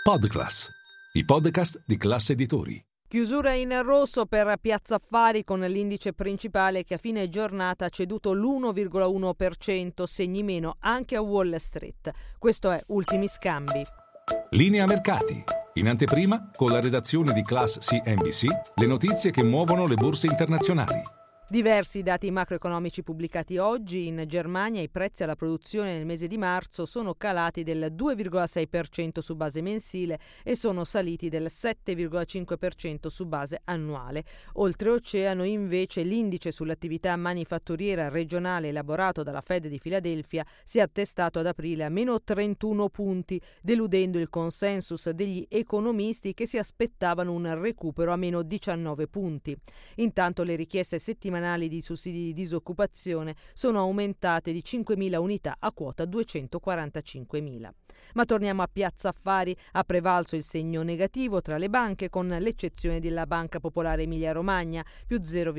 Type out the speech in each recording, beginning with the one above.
Podclass, i podcast di Class Editori. Chiusura in rosso per Piazza Affari con l'indice principale che a fine giornata ha ceduto l'1,1%, segni meno anche a Wall Street. Questo è Ultimi Scambi. Linea mercati. In anteprima, con la redazione di Class CNBC, le notizie che muovono le borse internazionali. Diversi dati macroeconomici pubblicati oggi. In Germania i prezzi alla produzione nel mese di marzo sono calati del 2,6% su base mensile e sono saliti del 7,5% su base annuale. Oltreoceano invece l'indice sull'attività manifatturiera regionale elaborato dalla Fed di Filadelfia si è attestato ad aprile a meno 31 punti, deludendo il consensus degli economisti che si aspettavano un recupero a meno 19 punti. Intanto le richieste settimanali di sussidi di disoccupazione sono aumentate di 5.000 unità a quota 245.000. Ma torniamo a Piazza Affari. Ha prevalso il segno negativo tra le banche, con l'eccezione della Banca Popolare Emilia Romagna, più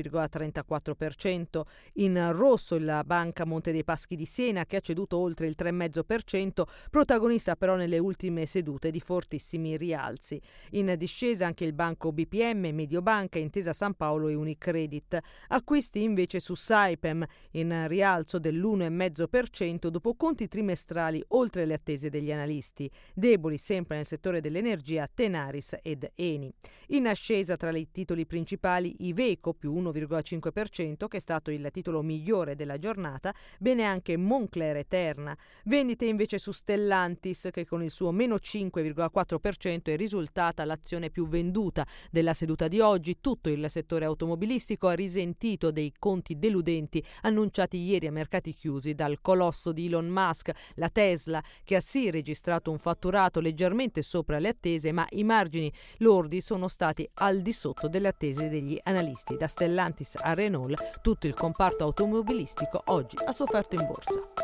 0,34%. In rosso la Banca Monte dei Paschi di Siena, che ha ceduto oltre il 3,5%, protagonista però nelle ultime sedute di fortissimi rialzi. In discesa anche il Banco BPM, Mediobanca, Intesa Sanpaolo e Unicredit. Acquisti invece su Saipem, in rialzo dell'1,5% dopo conti trimestrali oltre le attese degli analisti. Deboli sempre nel settore dell'energia Tenaris ed Eni. In ascesa tra i titoli principali Iveco più 1,5%, che è stato il titolo migliore della giornata, bene anche Moncler e Terna. Vendite invece su Stellantis, che con il suo meno 5,4% è risultata l'azione più venduta della seduta di oggi. Tutto il settore automobilistico ha risentito dei conti deludenti annunciati ieri a mercati chiusi dal colosso di Elon Musk, la Tesla, che ha sì registrato un fatturato leggermente sopra le attese, ma i margini lordi sono stati al di sotto delle attese degli analisti. Da Stellantis a Renault, tutto il comparto automobilistico oggi ha sofferto in borsa.